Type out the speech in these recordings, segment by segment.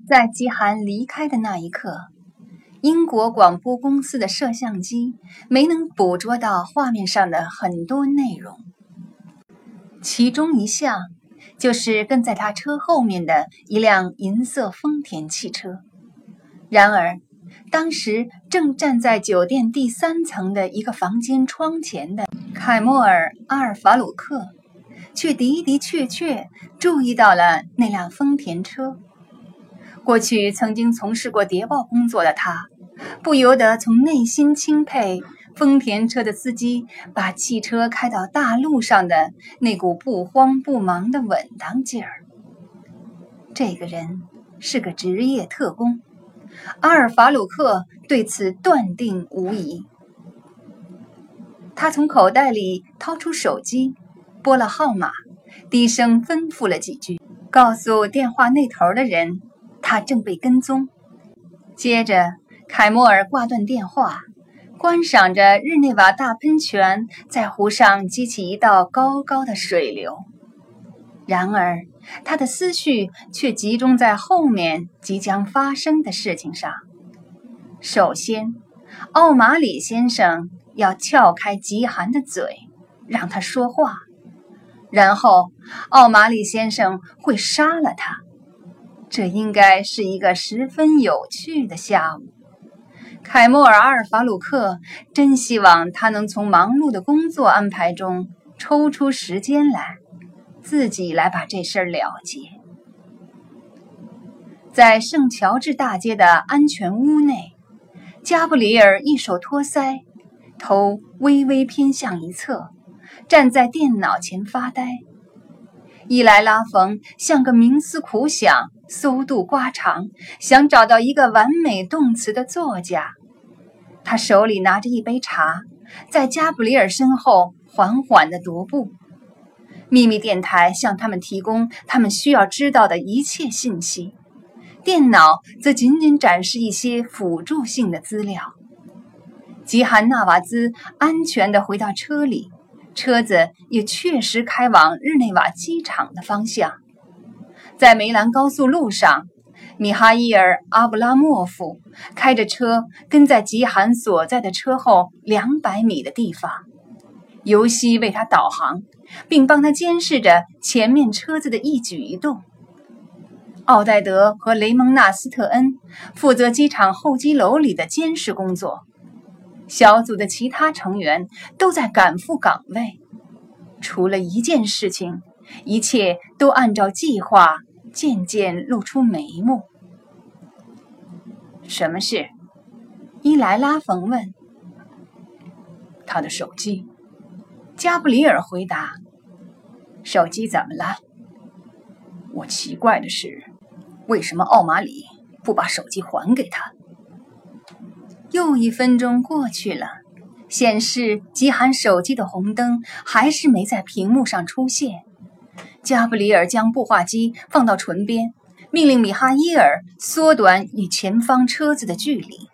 在吉寒离开的那一刻，英国广播公司的摄像机没能捕捉到画面上的很多内容，其中一项就是跟在他车后面的一辆银色丰田汽车。然而当时正站在酒店第3层的一个房间窗前的凯莫尔·阿尔法鲁克却的的确确注意到了那辆丰田车。过去曾经从事过谍报工作的他，不由得从内心钦佩丰田车的司机把汽车开到大路上的那股不慌不忙的稳当劲儿。这个人是个职业特工，阿尔法鲁克对此断定无疑。他从口袋里掏出手机，拨了号码，低声吩咐了几句，告诉电话那头的人他正被跟踪。接着凯莫尔挂断电话，观赏着日内瓦大喷泉在湖上激起一道高高的水流。然而他的思绪却集中在后面即将发生的事情上。首先，奥马里先生要撬开吉寒的嘴，让他说话，然后奥马里先生会杀了他。这应该是一个十分有趣的下午。凯莫尔·阿尔法鲁克真希望他能从忙碌的工作安排中抽出时间来，自己来把这事儿了结。在圣乔治大街的安全屋内，加布里尔一手托腮，头微微偏向一侧，站在电脑前发呆。伊莱拉冯像个冥思苦想、搜肚刮肠，想找到一个完美动词的作家。他手里拿着一杯茶，在加布里尔身后缓缓地踱步。秘密电台向他们提供他们需要知道的一切信息，电脑则仅仅展示一些辅助性的资料。吉寒纳瓦兹安全地回到车里，车子也确实开往日内瓦机场的方向。在梅兰高速路上，米哈伊尔·阿布拉莫夫开着车跟在吉寒所在的车后200米的地方，尤西为他导航，并帮他监视着前面车子的一举一动。奥黛德和雷蒙纳斯特恩负责机场候机楼里的监视工作，小组的其他成员都在赶赴岗位。除了一件事情，一切都按照计划渐渐露出眉目。什么事？伊莱拉冯问。他的手机。加布里尔回答。手机怎么了？我奇怪的是，为什么奥马里不把手机还给他？又1分钟过去了，显示吉寒手机的红灯还是没在屏幕上出现。加布里尔将步话机放到唇边，命令米哈伊尔缩短与前方车子的距离。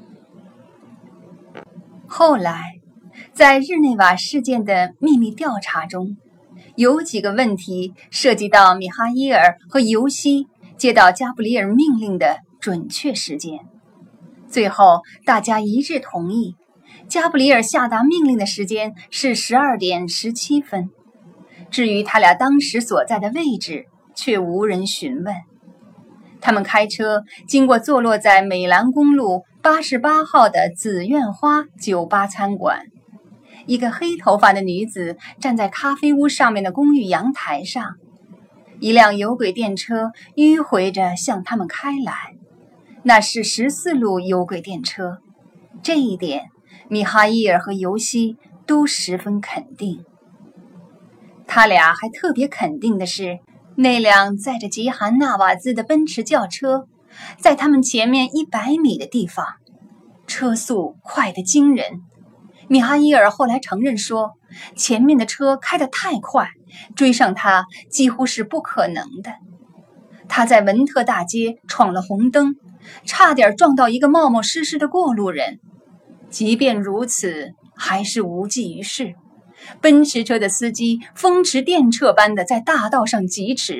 后来，在日内瓦事件的秘密调查中，有几个问题涉及到米哈伊尔和尤西接到加布里尔命令的准确时间。最后大家一致同意，加布里尔下达命令的时间是12点17分。至于他俩当时所在的位置，却无人询问。他们开车经过坐落在美兰公路88号的紫苑花酒吧餐馆。一个黑头发的女子站在咖啡屋上面的公寓阳台上，一辆有轨电车迂回着向他们开来。那是14路有轨电车，这一点米哈伊尔和尤西都十分肯定。他俩还特别肯定的是，那辆载着吉寒纳瓦兹的奔驰轿车在他们前面100米的地方，车速快得惊人。米哈伊尔后来承认说，前面的车开得太快，追上他几乎是不可能的。他在文特大街闯了红灯，差点撞到一个冒冒失失的过路人。即便如此，还是无济于事。奔驰车的司机风驰电掣般的在大道上疾驰，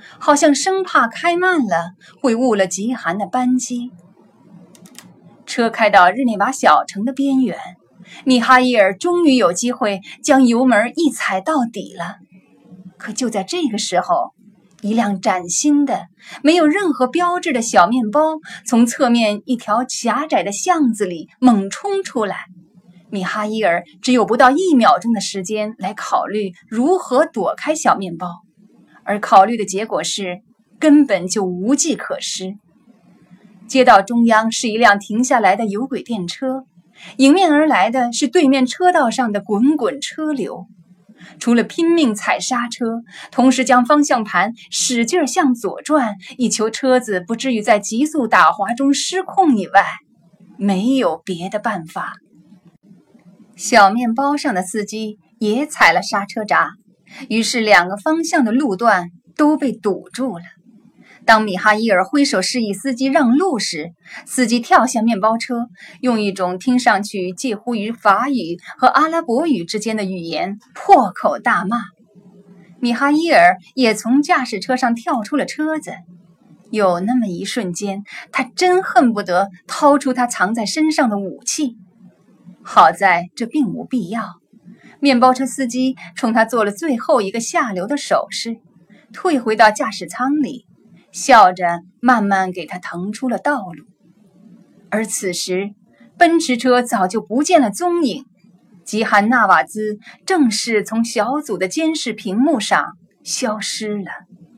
好像生怕开慢了会误了极寒的班机。车开到日内瓦小城的边缘，米哈伊尔终于有机会将油门一踩到底了。可就在这个时候，一辆崭新的没有任何标志的小面包从侧面一条狭窄的巷子里猛冲出来。米哈伊尔只有不到1秒钟的时间来考虑如何躲开小面包，而考虑的结果是根本就无计可施。街道中央是一辆停下来的有轨电车，迎面而来的是对面车道上的滚滚车流。除了拼命踩刹车，同时将方向盘使劲向左转，以求车子不至于在急速打滑中失控以外，没有别的办法。小面包上的司机也踩了刹车闸，于是2个方向的路段都被堵住了。当米哈伊尔挥手示意司机让路时，司机跳下面包车，用一种听上去介乎于法语和阿拉伯语之间的语言破口大骂。米哈伊尔也从驾驶车上跳出了车子。有那么一瞬间，他真恨不得掏出他藏在身上的武器。好在这并无必要。面包车司机冲他做了最后一个下流的手势，退回到驾驶舱里，笑着慢慢给他腾出了道路。而此时奔驰车早就不见了踪影，吉汉纳瓦兹正式从小组的监视屏幕上消失了。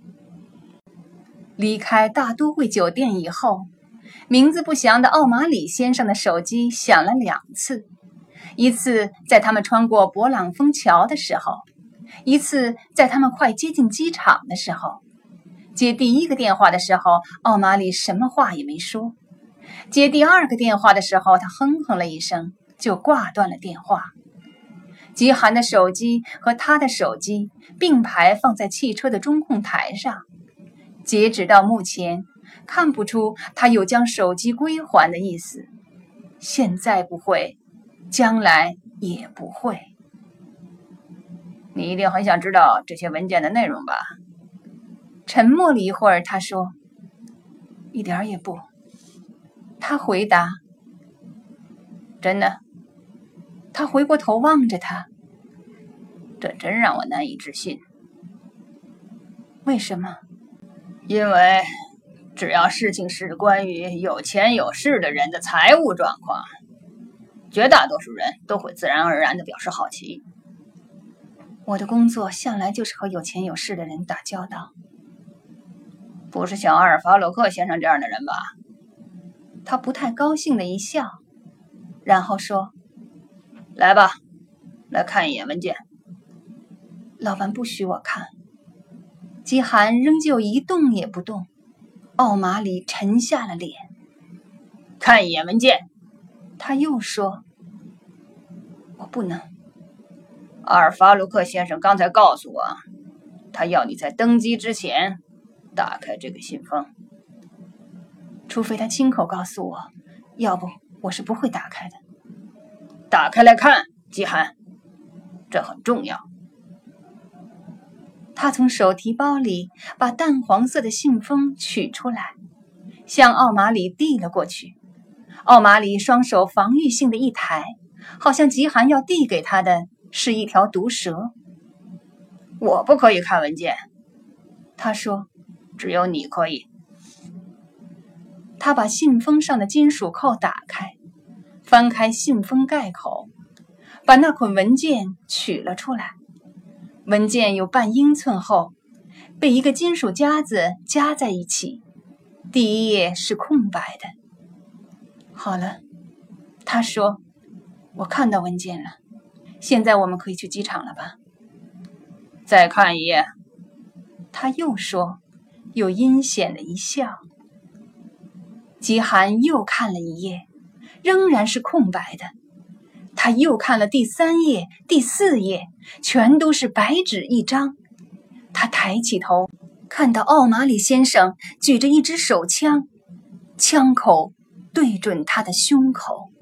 离开大都会酒店以后，名字不详的奥马里先生的手机响了2次，一次在他们穿过勃朗峰桥的时候，一次在他们快接近机场的时候。接第1个电话的时候，奥马里什么话也没说。接第2个电话的时候，他哼哼了一声，就挂断了电话。吉寒的手机和他的手机并排放在汽车的中控台上。截止到目前，看不出他有将手机归还的意思。现在不会，将来也不会。你一定很想知道这些文件的内容吧？沉默了一会儿，他说：“一点也不。”他回答：“真的？”他回过头望着他，这真让我难以置信。为什么？因为只要事情是关于有钱有势的人的财务状况，绝大多数人都会自然而然地表示好奇。我的工作向来就是和有钱有势的人打交道。不是像阿尔法洛克先生这样的人吧？他不太高兴的一笑，然后说：“来吧，来看一眼文件。”老板不许我看。吉寒仍旧一动也不动。奥马里沉下了脸。看一眼文件。他又说：“我不能。阿尔法鲁克先生刚才告诉我，他要你在登机之前打开这个信封。除非他亲口告诉我，要不我是不会打开的。打开来看，吉寒，这很重要。”他从手提包里把淡黄色的信封取出来，向奥马里递了过去。奥马里双手防御性的一抬，好像吉寒要递给他的是一条毒蛇。我不可以看文件，他说，只有你可以。他把信封上的金属扣打开，翻开信封盖口，把那捆文件取了出来。文件有半英寸厚，被一个金属夹子夹在一起。第一页是空白的。好了，他说，我看到文件了，现在我们可以去机场了吧？再看一页。他又说，又阴险的一笑。吉寒又看了一页，仍然是空白的。他又看了第3页、第4页，全都是白纸一张。他抬起头，看到奥马里先生举着一支手枪，枪口对准他的胸口。